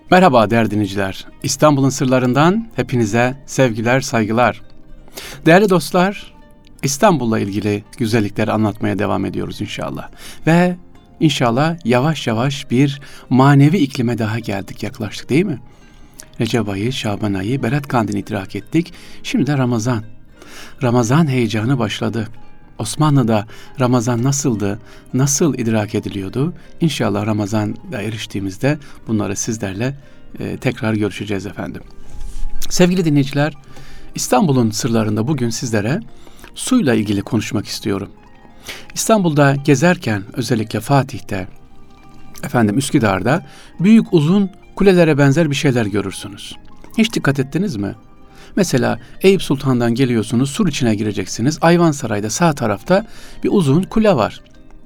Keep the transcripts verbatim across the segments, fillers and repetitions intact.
Merhaba değerli dinleyiciler. İstanbul'un sırlarından hepinize sevgiler, saygılar. Değerli dostlar, İstanbul'la ilgili güzellikleri anlatmaya devam ediyoruz inşallah. Ve inşallah yavaş yavaş bir manevi iklime daha geldik, yaklaştık değil mi? Recep ayı, Şaban ayı, Berat Kandilini idrak ettik. Şimdi de Ramazan. Ramazan heyecanı başladı. Osmanlı'da Ramazan nasıldı, nasıl idrak ediliyordu? İnşallah Ramazan'a eriştiğimizde bunları sizlerle e, tekrar görüşeceğiz efendim. Sevgili dinleyiciler, İstanbul'un sırlarında bugün sizlere suyla ilgili konuşmak istiyorum. İstanbul'da gezerken, özellikle Fatih'te, efendim Üsküdar'da büyük uzun kulelere benzer bir şeyler görürsünüz. Hiç dikkat ettiniz mi? Mesela Eyüp Sultan'dan geliyorsunuz, sur içine gireceksiniz. Ayvansaray'da sağ tarafta bir uzun kule var.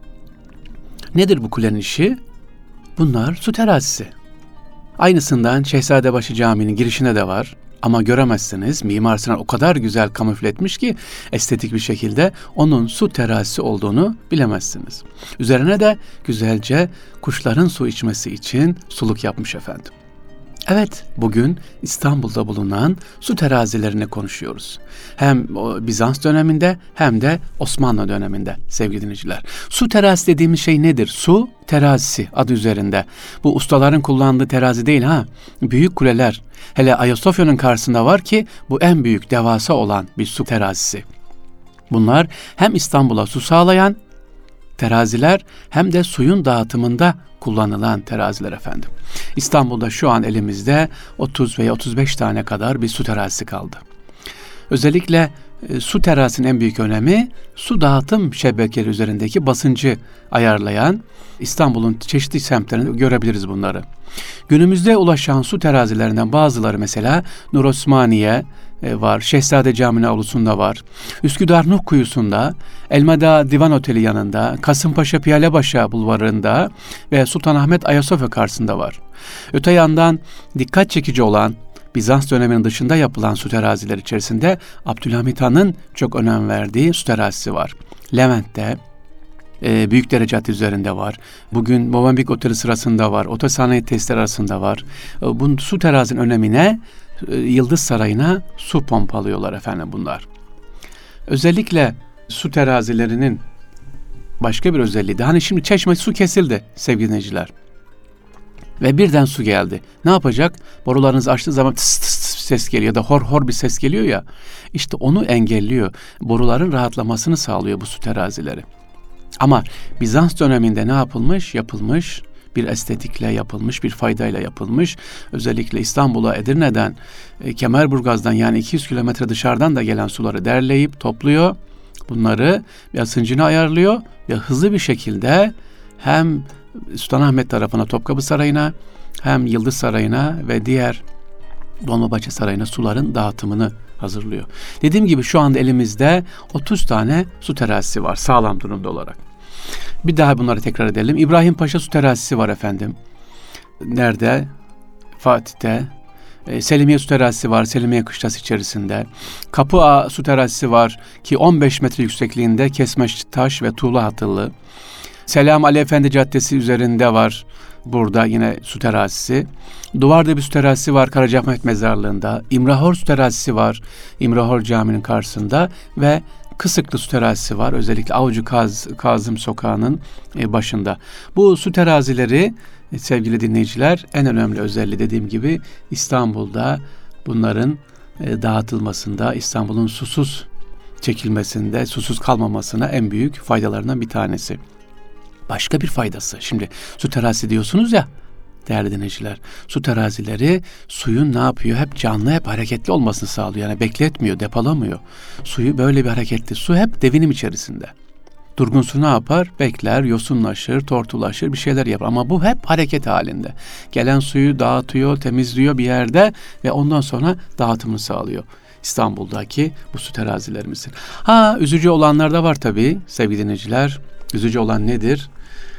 Nedir bu kulenin işi? Bunlar su terazisi. Aynısından Şehzadebaşı Camii'nin girişine de var. Ama göremezsiniz. Mimar Sinan o kadar güzel kamufle etmiş ki estetik bir şekilde onun su terazisi olduğunu bilemezsiniz. Üzerine de güzelce kuşların su içmesi için suluk yapmış efendim. Evet, bugün İstanbul'da bulunan su terazilerini konuşuyoruz. Hem Bizans döneminde hem de Osmanlı döneminde sevgili dinleyiciler. Su terazisi dediğimiz şey nedir? Su terazisi adı üzerinde. Bu ustaların kullandığı terazi değil ha. Büyük kuleler. Hele Ayasofya'nın karşısında var ki bu en büyük devasa olan bir su terazisi. Bunlar hem İstanbul'a su sağlayan teraziler hem de suyun dağıtımında kullanılan teraziler efendim. İstanbul'da şu an elimizde otuz veya otuz beş tane kadar bir su terazisi kaldı. Özellikle e, su terazisinin en büyük önemi su dağıtım şebekeleri üzerindeki basıncı ayarlayan İstanbul'un çeşitli semtlerinde görebiliriz bunları. Günümüzde ulaşan su terazilerinden bazıları mesela Nur Osmaniye var, Şehzade Camii avlusunda var, Üsküdar Nuh Kuyusu'nda, Elmada Divan Oteli yanında, Kasımpaşa Piyalebaşı bulvarında ve Sultanahmet Ayasofya karşısında var. Öte yandan dikkat çekici olan Bizans döneminin dışında yapılan su teraziler içerisinde Abdülhamit Han'ın çok önem verdiği su terazisi var. Levent'te, E, Büyükdere Caddesi üzerinde var. Bugün Movenpick Oteli sırasında var. Otosanayi tesisleri arasında var. E, bu su terazinin önemine e, Yıldız Sarayı'na su pompalıyorlar efendim bunlar. Özellikle su terazilerinin başka bir özelliği de hani şimdi Çeşme su kesildi sevgili dinleyiciler. Ve birden su geldi. Ne yapacak? Borularınızı açtığı zaman tıs tıs tıs ses geliyor da hor hor bir ses geliyor ya. İşte onu engelliyor. Boruların rahatlamasını sağlıyor bu su terazileri. Ama Bizans döneminde ne yapılmış? Yapılmış, bir estetikle yapılmış, bir faydayla yapılmış. Özellikle İstanbul'a Edirne'den, e, Kemerburgaz'dan yani iki yüz kilometre dışarıdan da gelen suları derleyip topluyor. Bunları basıncını ayarlıyor ve hızlı bir şekilde hem Sultanahmet tarafına Topkapı Sarayı'na hem Yıldız Sarayı'na ve diğer Dolmabahçe Sarayı'na suların dağıtımını hazırlıyor. Dediğim gibi şu anda elimizde otuz tane su terazisi var sağlam durumda olarak. Bir daha bunları tekrar edelim. İbrahim Paşa su terazisi var efendim. Nerede? Fatih'te. Selimiye su terazisi var. Selimiye kışlası içerisinde. Kapı Ağa su terazisi var ki on beş metre yüksekliğinde kesme taş ve tuğla hatıllı. Selam Ali Efendi Caddesi üzerinde var. Burada yine su terazisi. Duvarda bir su terazisi var Karacaahmet Mezarlığı'nda. İmrahor su terazisi var İmrahor Camii'nin karşısında ve Kısıklı su terazisi var. Özellikle Avcı Kaz, Kazım Sokağı'nın başında. Bu su terazileri sevgili dinleyiciler en önemli özelliği dediğim gibi İstanbul'da bunların dağıtılmasında, İstanbul'un susuz çekilmesinde, susuz kalmamasına en büyük faydalarından bir tanesi. Başka bir faydası. Şimdi su terazisi diyorsunuz ya değerli dinleyiciler. Su terazileri suyun ne yapıyor? Hep canlı, hep hareketli olmasını sağlıyor. Yani bekletmiyor, depolamıyor. Suyu böyle bir hareketli. Su hep devinim içerisinde. Durgun su ne yapar? Bekler, yosunlaşır, tortulaşır, bir şeyler yapar. Ama bu hep hareket halinde. Gelen suyu dağıtıyor, temizliyor bir yerde ve ondan sonra dağıtımını sağlıyor. İstanbul'daki bu su terazilerimizin. Ha, üzücü olanlar da var tabii sevgili dinleyiciler. Üzücü olan nedir?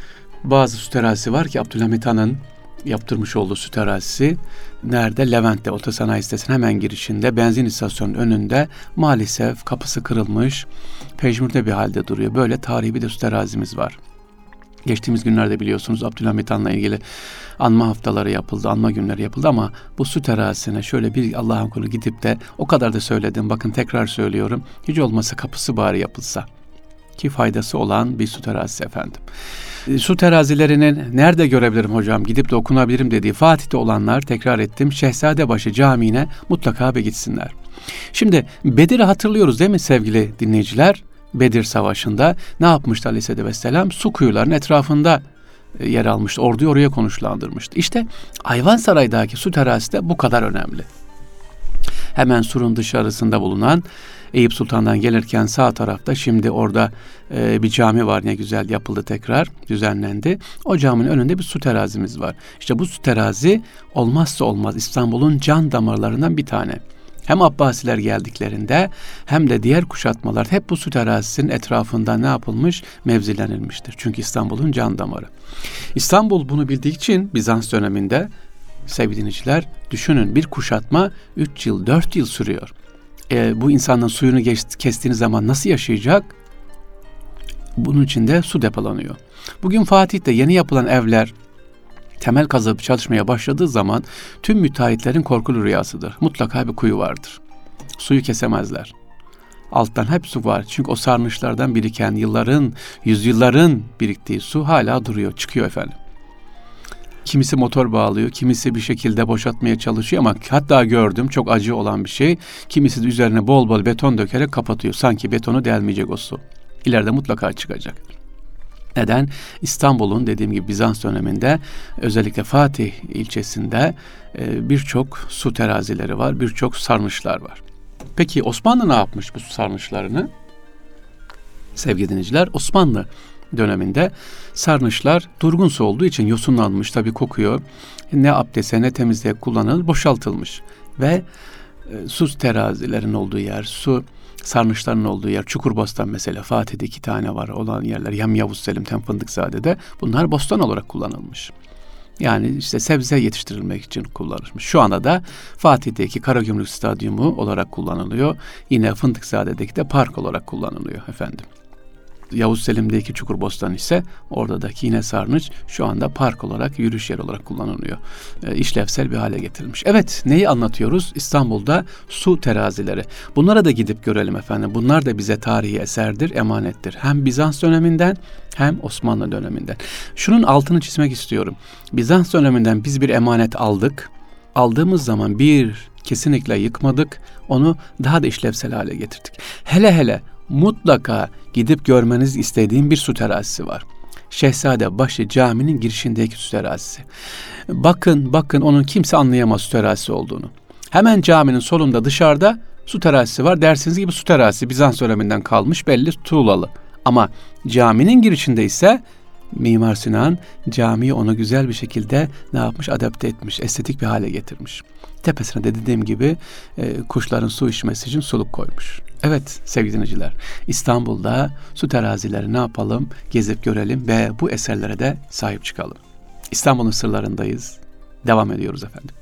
Bazı su terazisi var ki Abdülhamit Han'ın yaptırmış olduğu su terazisi nerede? Levent'te, Otosanayi sitesinin hemen girişinde, benzin istasyonunun önünde maalesef kapısı kırılmış, pejmürde bir halde duruyor. Böyle tarihi bir de su terazimiz var. Geçtiğimiz günlerde biliyorsunuz Abdülhamit Han'la ilgili anma haftaları yapıldı, anma günleri yapıldı ama bu su terazisine şöyle bir Allah'ın kulu gidip de o kadar da söyledim, bakın tekrar söylüyorum, hiç olmasa kapısı bari yapılsa ki faydası olan bir su terazisi efendim. E, su terazilerini nerede görebilirim hocam, gidip de okunabilirim dediği Fatih'te olanlar, tekrar ettim, Şehzadebaşı Camii'ne mutlaka bir gitsinler. Şimdi Bedir'i hatırlıyoruz değil mi sevgili dinleyiciler? Bedir Savaşı'nda ne yapmıştı Aleyhisselatü Vesselam? Su kuyularının etrafında yer almıştı. Orduyu oraya konuşlandırmıştı. İşte Ayvansaray'daki su terazisi de bu kadar önemli. Hemen surun dışarısında bulunan Eyüp Sultan'dan gelirken sağ tarafta şimdi orada e, bir cami var, ne güzel yapıldı, tekrar düzenlendi. O caminin önünde bir su terazimiz var. İşte bu su terazi olmazsa olmaz, İstanbul'un can damarlarından bir tane. Hem Abbasiler geldiklerinde hem de diğer kuşatmalar hep bu su terazisinin etrafında ne yapılmış? Mevzilenilmiştir. Çünkü İstanbul'un can damarı. İstanbul bunu bildiği için Bizans döneminde sevgili dinleyiciler düşünün, bir kuşatma üç yıl dört yıl sürüyor. E, bu insanın suyunu geç, kestiğiniz zaman nasıl yaşayacak? Bunun için de su depolanıyor. Bugün Fatih'te yeni yapılan evler temel kazıp çalışmaya başladığı zaman tüm müteahhitlerin korkulu rüyasıdır. Mutlaka bir kuyu vardır. Suyu kesemezler. Alttan hep su var. Çünkü o sarnıçlardan biriken yılların, yüzyılların biriktiği su hala duruyor, çıkıyor efendim. Kimisi motor bağlıyor, kimisi bir şekilde boşaltmaya çalışıyor ama hatta gördüm, çok acı olan bir şey. Kimisi de üzerine bol bol beton dökerek kapatıyor. Sanki betonu delmeyecek o su. İleride mutlaka çıkacak. Neden? İstanbul'un dediğim gibi Bizans döneminde özellikle Fatih ilçesinde birçok su terazileri var, birçok sarnıçlar var. Peki Osmanlı ne yapmış bu su sarnıçlarını? Sevgili dinleyiciler, Osmanlı döneminde sarnıçlar durgun su olduğu için yosunlanmış, tabii kokuyor. Ne abdeste ne temizliğe kullanılır, boşaltılmış. Ve e, su terazilerin olduğu yer, su sarnıçların olduğu yer, Çukurbostan mesela, Fatih'te iki tane var olan yerler, hem Yavuz Selim hem Fındıkzade'de, bunlar bostan olarak kullanılmış. Yani işte sebze yetiştirilmek için kullanılmış. Şu anda da Fatih'teki Karagümrük Stadyumu olarak kullanılıyor. Yine Fındıkzade'deki de park olarak kullanılıyor efendim. Yavuz Selim'deki Çukurbostan ise oradaki yine sarnıç şu anda park olarak, yürüyüş yeri olarak kullanılıyor. E, işlevsel bir hale getirilmiş. Evet, neyi anlatıyoruz? İstanbul'da su terazileri. Bunlara da gidip görelim efendim. Bunlar da bize tarihi eserdir, emanettir. Hem Bizans döneminden hem Osmanlı döneminden. Şunun altını çizmek istiyorum. Bizans döneminden biz bir emanet aldık. Aldığımız zaman bir, kesinlikle yıkmadık. Onu daha da işlevsel hale getirdik. Hele hele mutlaka gidip görmeniz istediğim bir su terazisi var. Şehzadebaşı Camii'nin girişindeki su terazisi. Bakın bakın onun kimse anlayamaz su terazisi olduğunu. Hemen caminin solunda dışarıda su terazisi var. Dersiniz gibi su terazisi Bizans döneminden kalmış, belli, tuğlalı. Ama caminin girişinde ise Mimar Sinan camiyi onu güzel bir şekilde ne yapmış? Adapte etmiş, estetik bir hale getirmiş. Tepesine de dediğim gibi e, kuşların su içmesi için suluk koymuş. Evet sevgili dinleyiciler, İstanbul'da su terazileri ne yapalım? Gezip görelim ve bu eserlere de sahip çıkalım. İstanbul'un sırlarındayız. Devam ediyoruz efendim.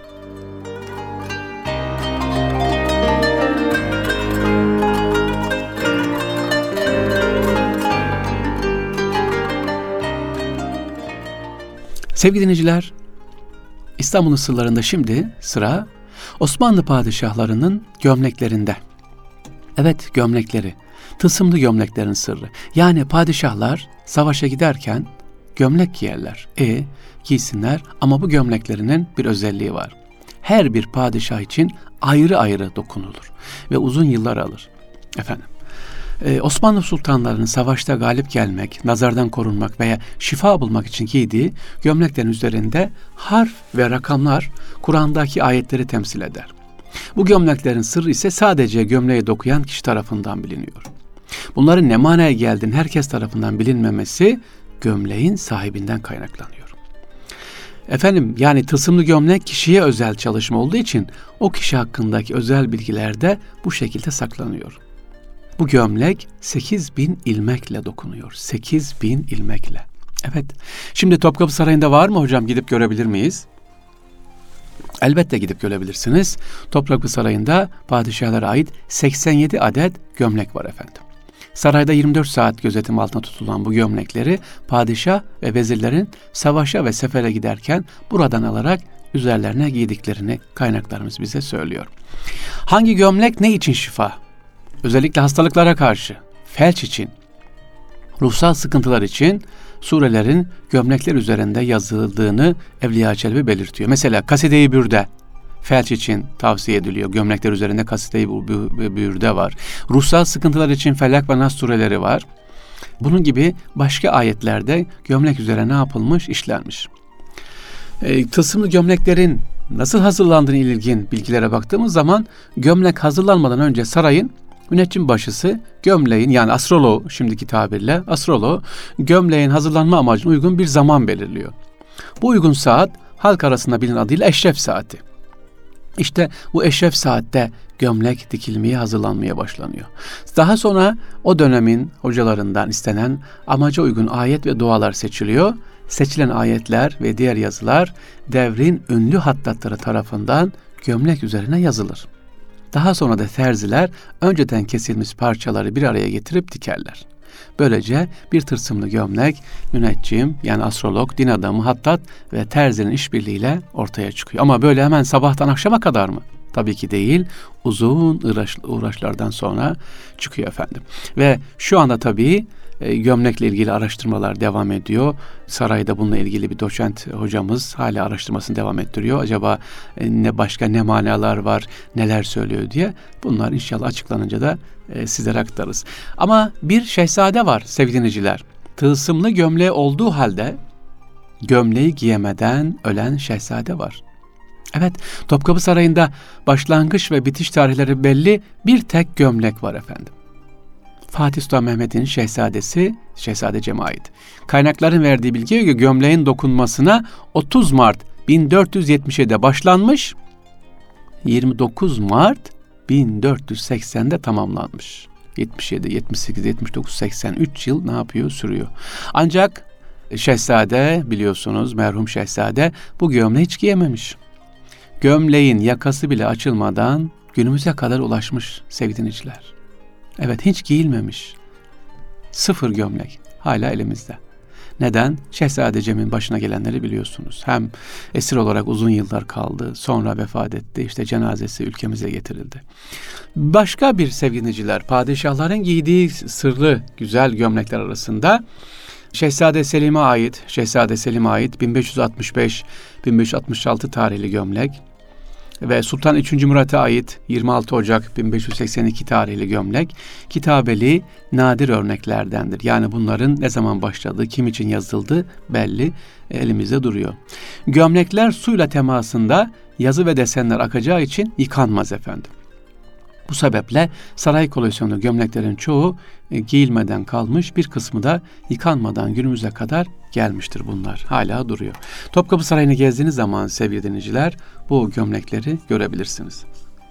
Sevgili dinleyiciler, İstanbul'un sırlarında şimdi sıra Osmanlı padişahlarının gömleklerinde. Evet, gömlekleri, tılsımlı gömleklerin sırrı. Yani padişahlar savaşa giderken gömlek giyerler. E giysinler ama bu gömleklerinin bir özelliği var. Her bir padişah için ayrı ayrı dokunulur ve uzun yıllar alır. Efendim, Ee, Osmanlı sultanlarının savaşta galip gelmek, nazardan korunmak veya şifa bulmak için giydiği gömleklerin üzerinde harf ve rakamlar Kur'an'daki ayetleri temsil eder. Bu gömleklerin sırrı ise sadece gömleği dokuyan kişi tarafından biliniyor. Bunların ne manaya geldiğini herkes tarafından bilinmemesi gömleğin sahibinden kaynaklanıyor. Efendim, yani tılsımlı gömlek kişiye özel çalışma olduğu için o kişi hakkındaki özel bilgiler de bu şekilde saklanıyor. Bu gömlek sekiz bin ilmekle dokunuyor. sekiz bin ilmekle. Evet. Şimdi Topkapı Sarayı'nda var mı hocam? Gidip görebilir miyiz? Elbette gidip görebilirsiniz. Topkapı Sarayı'nda padişahlara ait seksen yedi adet gömlek var efendim. Sarayda yirmi dört saat gözetim altında tutulan bu gömlekleri padişah ve vezirlerin savaşa ve sefere giderken buradan alarak üzerlerine giydiklerini kaynaklarımız bize söylüyor. Hangi gömlek ne için şifa? Özellikle hastalıklara karşı, felç için, ruhsal sıkıntılar için surelerin gömlekler üzerinde yazıldığını Evliya Çelebi belirtiyor. Mesela Kaside-i Bürde felç için tavsiye ediliyor. Gömlekler üzerinde Kaside-i Bürde var. Ruhsal sıkıntılar için Felak ve Nas sureleri var. Bunun gibi başka ayetlerde gömlek üzerine ne yapılmış? İşlenmiş. E, tılsımlı gömleklerin nasıl hazırlandığına ilişkin bilgilere baktığımız zaman gömlek hazırlanmadan önce sarayın müneccim başısı gömleğin, yani astroloğu, şimdiki tabirle astroloğu, gömleğin hazırlanma amacına uygun bir zaman belirliyor. Bu uygun saat halk arasında bilinen adıyla eşref saati. İşte bu eşref saatte gömlek dikilmeye, hazırlanmaya başlanıyor. Daha sonra o dönemin hocalarından istenen amaca uygun ayet ve dualar seçiliyor. Seçilen ayetler ve diğer yazılar devrin ünlü hattatları tarafından gömlek üzerine yazılır. Daha sonra da terziler önceden kesilmiş parçaları bir araya getirip dikerler. Böylece bir tılsımlı gömlek müneccim, yani astrolog, din adamı, hattat ve terzinin işbirliğiyle ortaya çıkıyor. Ama böyle hemen sabahtan akşama kadar mı? Tabii ki değil. Uzun uğraş, uğraşlardan sonra çıkıyor efendim. Ve şu anda tabii e, gömlekle ilgili araştırmalar devam ediyor. Sarayda bununla ilgili bir doçent hocamız hala araştırmasını devam ettiriyor. Acaba e, ne başka ne manalar var, neler söylüyor diye. Bunlar inşallah açıklanınca da e, sizlere aktarırız. Ama bir şehzade var sevgili dinleyiciler. Tılsımlı gömleği olduğu halde gömleği giyemeden ölen şehzade var. Evet, Topkapı Sarayı'nda başlangıç ve bitiş tarihleri belli bir tek gömlek var efendim. Fatih Sultan Mehmet'in şehzadesi Şehzade Cem'e ait. Kaynakların verdiği bilgiye göre gömleğin dokunmasına otuz Mart bin dört yüz yetmiş yedide başlanmış, yirmi dokuz Mart bin dört yüz seksende tamamlanmış. yetmiş yedi, yetmiş sekiz, yetmiş dokuz, seksen üç yıl ne yapıyor? Sürüyor. Ancak şehzade, biliyorsunuz merhum şehzade bu gömleği hiç giyememiş. Gömleğin yakası bile açılmadan günümüze kadar ulaşmış sevgili dinleyiciler. Evet, hiç giyilmemiş. Sıfır gömlek hala elimizde. Neden? Şehzade Cem'in başına gelenleri biliyorsunuz. Hem esir olarak uzun yıllar kaldı, sonra vefat etti. İşte cenazesi ülkemize getirildi. Başka bir sevgili dinleyiciler, padişahların giydiği sırlı güzel gömlekler arasında Şehzade Selim'e ait, Şehzade Selim'e ait bin beş yüz altmış beş bin beş yüz altmış altı tarihli gömlek ve Sultan üçüncü Murat'a ait yirmi altı Ocak bin beş yüz seksen iki tarihli gömlek kitabeli nadir örneklerdendir. Yani bunların ne zaman başladığı, kim için yazıldığı belli, elimizde duruyor. Gömlekler suyla temasında yazı ve desenler akacağı için yıkanmaz efendim. Bu sebeple saray koleksiyonu gömleklerin çoğu e, giyilmeden kalmış, bir kısmı da yıkanmadan günümüze kadar gelmiştir bunlar. Hala duruyor. Topkapı Sarayı'nı gezdiğiniz zaman sevgili dinleyiciler bu gömlekleri görebilirsiniz.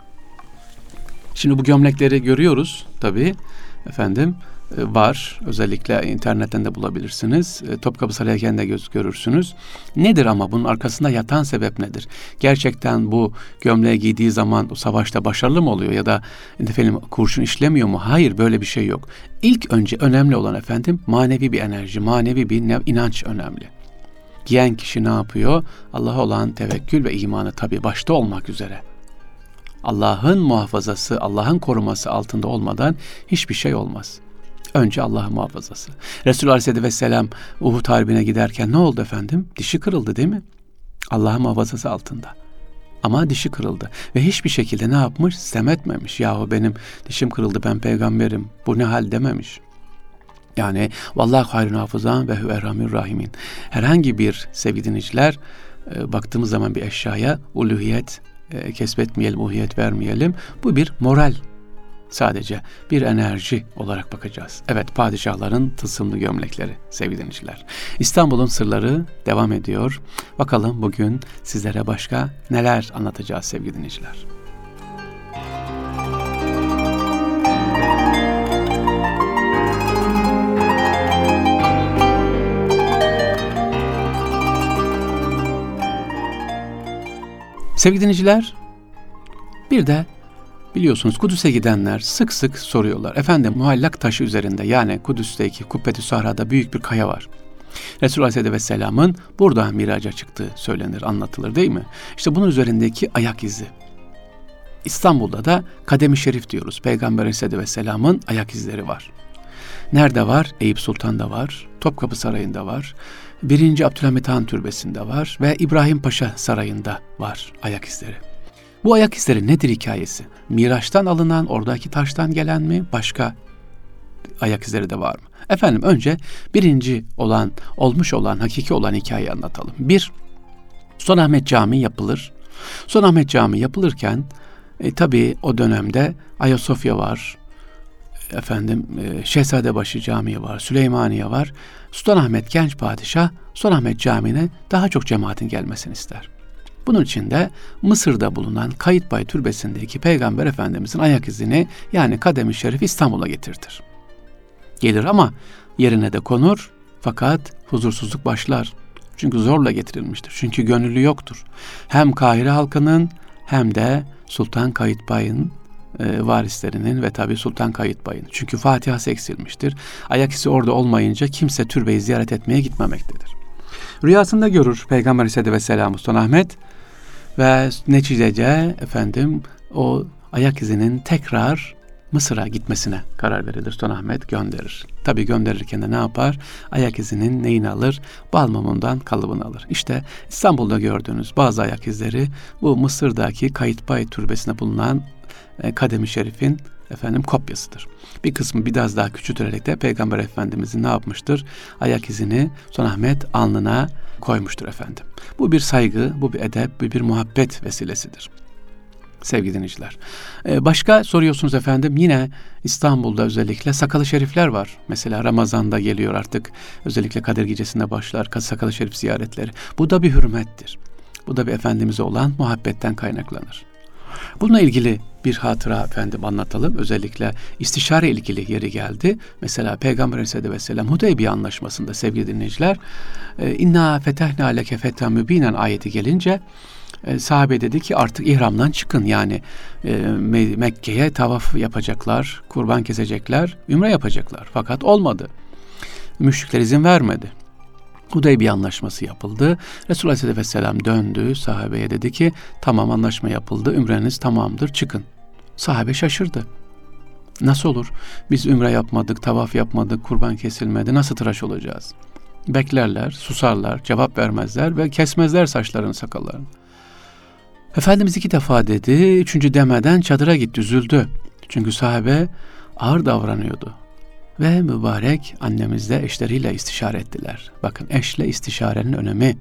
Şimdi bu gömlekleri görüyoruz tabii efendim. Var. Özellikle internetten de bulabilirsiniz. Topkapı Sarayı'nda de göz görürsünüz. Nedir ama bunun arkasında yatan sebep nedir? Gerçekten bu gömleği giydiği zaman o savaşta başarılı mı oluyor ya da efendim kurşun işlemiyor mu? Hayır, böyle bir şey yok. İlk önce önemli olan efendim manevi bir enerji, manevi bir inanç önemli. Giyen kişi ne yapıyor? Allah'a olan tevekkül ve imanı tabii başta olmak üzere. Allah'ın muhafazası, Allah'ın koruması altında olmadan hiçbir şey olmaz. Önce Allah'ın muhafazası. Resulullah Aleyhisselatü Vesselam Uhud Harbi'ne giderken ne oldu efendim? Dişi kırıldı değil mi? Allah'ın muhafazası altında. Ama dişi kırıldı. Ve hiçbir şekilde ne yapmış? Sitem etmemiş. Yahu benim dişim kırıldı, ben peygamberim, bu ne hal dememiş. Yani vallahu hayrun hafızan ve huve erhamur rahimin. Herhangi bir sevgili dinleyiciler, e, baktığımız zaman bir eşyaya uluhiyet e, kesbetmeyelim, uluhiyet vermeyelim. Bu bir moral. Sadece bir enerji olarak bakacağız. Evet, padişahların tılsımlı gömlekleri sevgili dinleyiciler. İstanbul'un sırları devam ediyor. Bakalım bugün sizlere başka neler anlatacağız sevgili dinleyiciler. Sevgili dinleyiciler, bir de Biliyorsunuz Kudüs'e gidenler sık sık soruyorlar. Efendim muallak taşı üzerinde, yani Kudüs'teki Kubbetü Sahra'da büyük bir kaya var. Resulullah Aleyhisselatü Vesselam'ın burada miraca çıktığı söylenir, anlatılır değil mi? İşte bunun üzerindeki ayak izi. İstanbul'da da Kadem-i Şerif diyoruz. Peygamber Aleyhisselatü Vesselam'ın ayak izleri var. Nerede var? Eyüp Sultan'da var, Topkapı Sarayı'nda var, birinci. Abdülhamit Han Türbesi'nde var ve İbrahim Paşa Sarayı'nda var ayak izleri. Bu ayak izleri nedir hikayesi? Miraç'tan alınan, oradaki taştan gelen mi? Başka ayak izleri de var mı? Efendim önce birinci olan, olmuş olan, hakiki olan hikayeyi anlatalım. Bir, Sultanahmet Camii yapılır. Sultanahmet Camii yapılırken e, tabii o dönemde Ayasofya var, efendim e, Şehzadebaşı Camii var, Süleymaniye var. Sultanahmet genç padişah Sultanahmet Camii'ne daha çok cemaatin gelmesini ister. Bunun için de Mısır'da bulunan Kayıtbay Türbesi'ndeki Peygamber Efendimizin ayak izini, yani Kadem-i Şerif İstanbul'a getirtir. Gelir ama yerine de konur, fakat huzursuzluk başlar. Çünkü zorla getirilmiştir. Çünkü gönüllü yoktur. Hem Kahire halkının hem de Sultan Kayıtbay'ın e, varislerinin ve tabi Sultan Kayıtbay'ın. Çünkü Fatiha'sı eksilmiştir. Ayak izi orada olmayınca kimse türbeyi ziyaret etmeye gitmemektedir. Rüyasında görür Peygamber Aleyhisselatü Vesselam Sultanahmet ve neticede efendim o ayak izinin tekrar Mısır'a gitmesine karar verilir. Sultanahmet gönderir. Tabii gönderirken de ne yapar? Ayak izinin neyini alır? Bal mumundan kalıbını alır. İşte İstanbul'da gördüğünüz bazı ayak izleri bu Mısır'daki Kayıtbay Türbesi'nde bulunan e, Kadem-i Şerif'in efendim kopyasıdır. Bir kısmı biraz daha küçülterek de Peygamber Efendimizin ne yapmıştır? Ayak izini Sultanahmet alnına koymuştur efendim. Bu bir saygı, bu bir edep, bu bir muhabbet vesilesidir. Sevgili dinleyiciler. Ee, başka soruyorsunuz efendim, yine İstanbul'da özellikle sakalı şerifler var. Mesela Ramazan'da geliyor artık, özellikle Kadir Gecesi'nde başlar sakalı şerif ziyaretleri. Bu da bir hürmettir. Bu da bir Efendimiz'e olan muhabbetten kaynaklanır. Bununla ilgili bir hatıra efendim anlatalım. Özellikle istişare ilgili yeri geldi. Mesela Peygamber Aleyhisselatü Vesselam Hudeybiye Anlaşması'nda sevgili dinleyiciler, İnna fetehna leke fethen mübinen ayeti gelince e, sahabe dedi ki artık ihramdan çıkın, yani e, Mekke'ye tavaf yapacaklar, kurban kesecekler, ümre yapacaklar. Fakat olmadı. Müşrikler izin vermedi. Hudeybiye Anlaşması yapıldı. Resulullah Aleyhisselatü Vesselam döndü, sahabeye dedi ki tamam, anlaşma yapıldı, ümreniz tamamdır, çıkın. Sahabe şaşırdı. Nasıl olur? Biz ümre yapmadık, tavaf yapmadık, kurban kesilmedi, nasıl tıraş olacağız? Beklerler, susarlar, cevap vermezler ve kesmezler saçlarını, sakallarını. Efendimiz iki defa dedi, üçüncü demeden çadıra gitti, üzüldü. Çünkü sahabe ağır davranıyordu. Ve mübarek annemizle eşleriyle istişare ettiler. Bakın, eşle istişarenin önemi.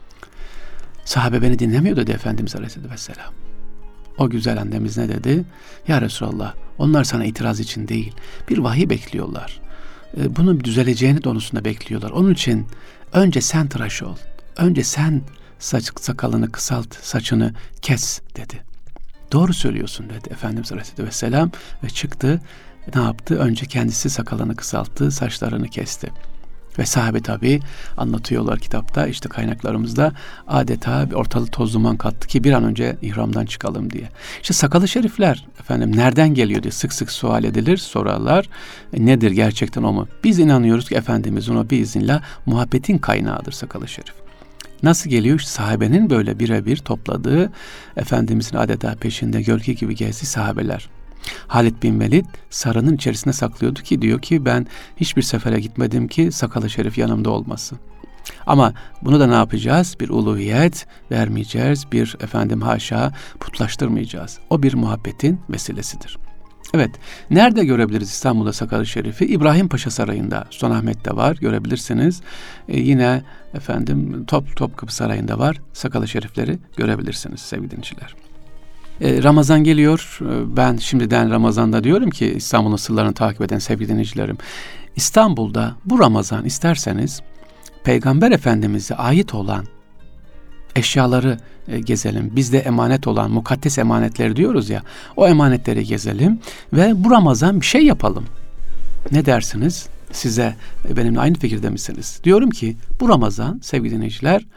Sahabe beni dinlemiyor dedi Efendimiz Aleyhisselatü Vesselam. O güzel annemiz ne dedi? Ya Resulallah, onlar sana itiraz için değil, bir vahiy bekliyorlar. Bunun düzeleceğini konusunda bekliyorlar. Onun için önce sen tıraş ol. Önce sen saç, sakalını kısalt, saçını kes dedi. Doğru söylüyorsun dedi Efendimiz Aleyhisselatü Vesselam ve çıktı. Ne yaptı? Önce kendisi sakalını kısalttı, saçlarını kesti. Ve sahabe tabi anlatıyorlar kitapta, işte kaynaklarımızda, adeta bir ortalığı toz duman kattı ki bir an önce ihramdan çıkalım diye. İşte sakalı şerifler efendim nereden geliyor diye sık sık sual edilir, sorarlar. E, nedir gerçekten o mu? Biz inanıyoruz ki Efendimizin o biiznillah muhabbetin kaynağıdır sakalı şerif. Nasıl geliyor? İşte sahabenin böyle birebir topladığı, Efendimizin adeta peşinde gölge gibi gezdiği sahabeler. Halid bin Velid sarının içerisine saklıyordu ki diyor ki ben hiçbir sefere gitmedim ki sakalı şerif yanımda olmasın. Ama bunu da ne yapacağız? Bir uluhiyet vermeyeceğiz. Bir efendim haşa putlaştırmayacağız. O bir muhabbetin vesilesidir. Evet. Nerede görebiliriz İstanbul'da sakalı şerifi? İbrahim Paşa Sarayı'nda, Sultanahmet'te var, görebilirsiniz. Ee, yine efendim Top Topkapı Sarayı'nda var. Sakalı şerifleri görebilirsiniz sevgili dinleyiciler. Ee, Ramazan geliyor. Ben şimdiden Ramazan'da diyorum ki İstanbul'un sırlarını takip eden sevgili dinleyicilerim, İstanbul'da bu Ramazan isterseniz Peygamber Efendimiz'e ait olan eşyaları e, gezelim. Bizde emanet olan mukaddes emanetleri diyoruz ya, o emanetleri gezelim ve bu Ramazan bir şey yapalım. Ne dersiniz? Size e, benimle aynı fikirde misiniz? Diyorum ki bu Ramazan sevgili dinleyiciler,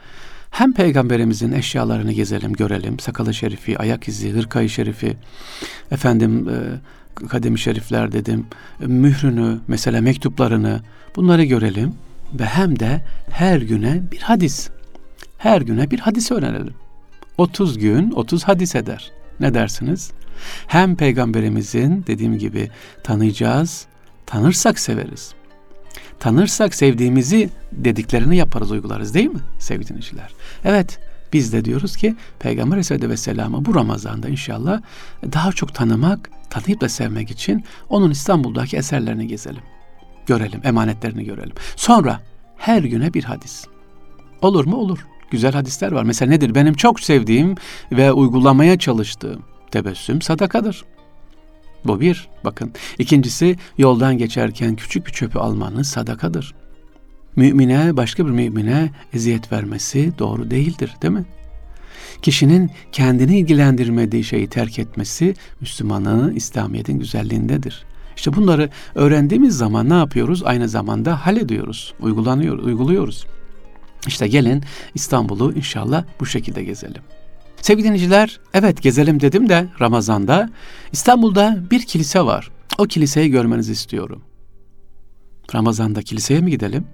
Hem Peygamberimizin eşyalarını gezelim, görelim. Sakalı şerifi, ayak izi, hırkayı şerifi, efendim e, kademi şerifler dedim, e, mührünü, mesela mektuplarını, bunları görelim. Ve hem de her güne bir hadis. Her güne bir hadis öğrenelim. otuz gün otuz hadis eder. Ne dersiniz? Hem Peygamberimizin dediğim gibi tanıyacağız, tanırsak severiz. Tanırsak sevdiğimizi dediklerini yaparız, uygularız değil mi sevgili dinleyiciler? Evet, biz de diyoruz ki Peygamber Aleyhisselatü Vesselam'ı bu Ramazan'da inşallah daha çok tanımak, tanıyıp da sevmek için onun İstanbul'daki eserlerini gezelim. Görelim, emanetlerini görelim. Sonra her güne bir hadis. Olur mu? Olur. Güzel hadisler var. Mesela nedir? Benim çok sevdiğim ve uygulamaya çalıştığım tebessüm sadakadır. Bu bir, bakın. İkincisi, yoldan geçerken küçük bir çöpü almanız sadakadır. Mümine, başka bir mümine eziyet vermesi doğru değildir, değil mi? Kişinin kendini ilgilendirmediği şeyi terk etmesi Müslümanlığın, İslamiyet'in güzelliğindedir. İşte bunları öğrendiğimiz zaman ne yapıyoruz? Aynı zamanda hallediyoruz, uygulanıyor, uyguluyoruz. İşte gelin İstanbul'u inşallah bu şekilde gezelim. Sevgili dinleyiciler, evet gezelim dedim de Ramazan'da İstanbul'da bir kilise var. O kiliseyi görmenizi istiyorum. Ramazan'da kiliseye mi gidelim?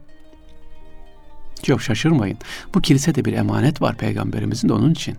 Yok, şaşırmayın. Bu kilisede bir emanet var Peygamberimizin de onun için.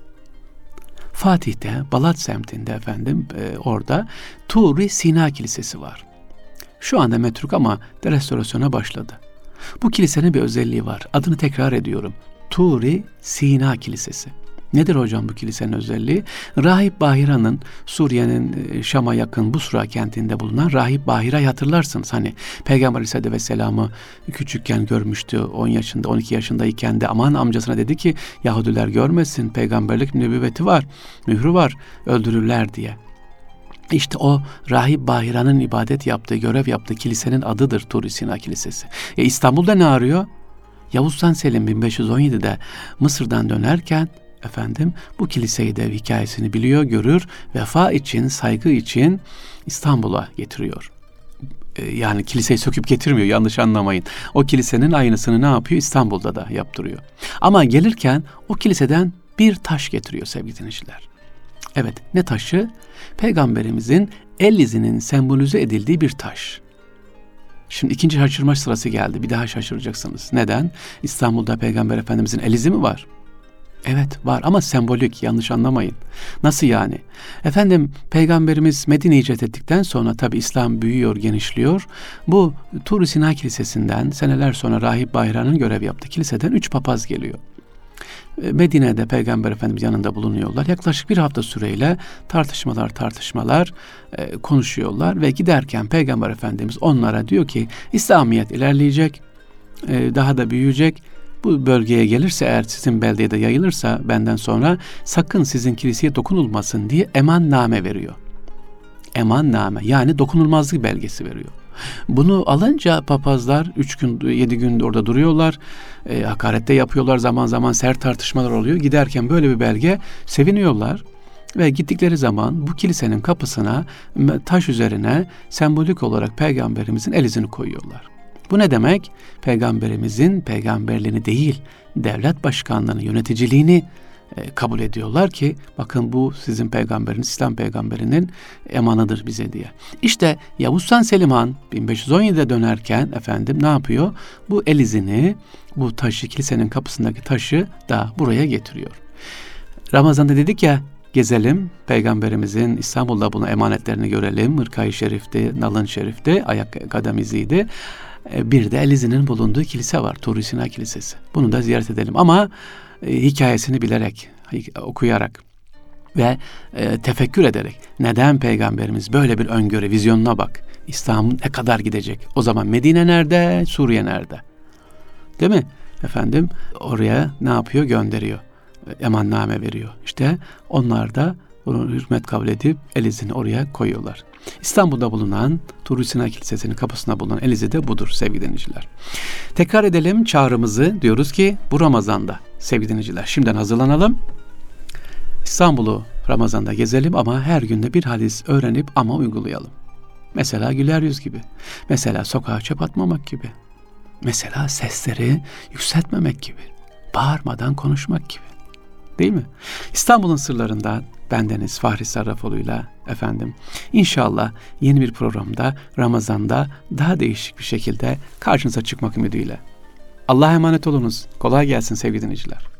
Fatih'te, Balat semtinde efendim e, orada Tur-i Sina Kilisesi var. Şu anda metruk ama de restorasyona başladı. Bu kilisenin bir özelliği var. Adını tekrar ediyorum. Tur-i Sina Kilisesi. Nedir hocam bu kilisenin özelliği? Rahip Bahira'nın, Suriye'nin Şam'a yakın Busra kentinde bulunan Rahip Bahira'yı hatırlarsınız. Hani Peygamber Aleyhisselatü Vesselam'ı küçükken görmüştü, on yaşında, on iki yaşındayken de aman amcasına dedi ki Yahudiler görmesin, peygamberlik nübüvveti var, mührü var, öldürürler diye. İşte o Rahip Bahira'nın ibadet yaptığı, görev yaptığı kilisenin adıdır Tur-i Sina Kilisesi. E İstanbul'da ne arıyor? Yavuz Sultan Selim bin beş yüz on yedide Mısır'dan dönerken efendim bu kiliseyi de hikayesini biliyor, görür, vefa için, saygı için İstanbul'a getiriyor. Ee, yani kiliseyi söküp getirmiyor, yanlış anlamayın. O kilisenin aynısını ne yapıyor? İstanbul'da da yaptırıyor. Ama gelirken o kiliseden bir taş getiriyor sevgili dinleyiciler. Evet, ne taşı? Peygamberimizin el izinin sembolize edildiği bir taş. Şimdi ikinci şaşırma sırası geldi. Bir daha şaşıracaksınız. Neden? İstanbul'da Peygamber Efendimizin el izi mi var? Evet var ama sembolik, yanlış anlamayın. Nasıl yani? Efendim Peygamberimiz Medine'ye hicret ettikten sonra tabi İslam büyüyor, genişliyor. Bu Tur-i Sina Kilisesi'nden seneler sonra Rahip Bahira'nın görev yaptığı kiliseden üç papaz geliyor. Medine'de Peygamber Efendimiz yanında bulunuyorlar. Yaklaşık bir hafta süreyle tartışmalar tartışmalar e, konuşuyorlar ve giderken Peygamber Efendimiz onlara diyor ki İslamiyet ilerleyecek, e, daha da büyüyecek. Bu bölgeye gelirse eğer sizin beldeye de yayılırsa benden sonra sakın sizin kiliseye dokunulmasın diye emanname veriyor. Emanname yani dokunulmazlık belgesi veriyor. Bunu alınca papazlar üç gün yedi gün orada duruyorlar. E, hakarette yapıyorlar, zaman zaman sert tartışmalar oluyor. Giderken böyle bir belge seviniyorlar. Ve gittikleri zaman bu kilisenin kapısına taş üzerine sembolik olarak Peygamberimizin el izini koyuyorlar. Bu ne demek? Peygamberimizin peygamberliğini değil, devlet başkanlığını, yöneticiliğini e, kabul ediyorlar ki bakın bu sizin peygamberiniz, İslam peygamberinin emanıdır bize diye. İşte Yavuz Sultan Selim Han bin beş yüz on yedide dönerken efendim ne yapıyor? Bu el izini, bu taşı, kilisenin kapısındaki taşı da buraya getiriyor. Ramazan'da dedik ya, gezelim, Peygamberimizin İstanbul'da bulunan emanetlerini görelim. Hırkayı şerifti, nalın şerifti, ayak kadem iziydi. Bir de el izinin bulunduğu kilise var, Tur-i Sina Kilisesi. Bunu da ziyaret edelim ama e, hikayesini bilerek, okuyarak ve e, tefekkür ederek. Neden Peygamberimiz böyle bir öngörü, vizyonuna bak. İslam ne kadar gidecek? O zaman Medine nerede, Suriye nerede? Değil mi? Efendim oraya ne yapıyor? Gönderiyor. Emanname veriyor. İşte onlar da bunu hürmet kabul edip el izini oraya koyuyorlar. İstanbul'da bulunan Tur-i Sina Kilisesi'nin kapısına bulunan el izi de budur sevgili dinleyiciler. Tekrar edelim çağrımızı, diyoruz ki bu Ramazan'da sevgili dinleyiciler şimdiden hazırlanalım. İstanbul'u Ramazan'da gezelim ama her günde bir hadis öğrenip ama uygulayalım. Mesela güler yüz gibi. Mesela sokağa çöp atmamak gibi. Mesela sesleri yükseltmemek gibi. bağırmadan konuşmak gibi. Değil mi? İstanbul'un sırlarından bendeniz Fahri Sarrafoğlu'yla efendim İnşallah yeni bir programda Ramazan'da daha değişik bir şekilde karşınıza çıkmak ümidiyle. Allah'a emanet olunuz. Kolay gelsin sevgili dinleyiciler.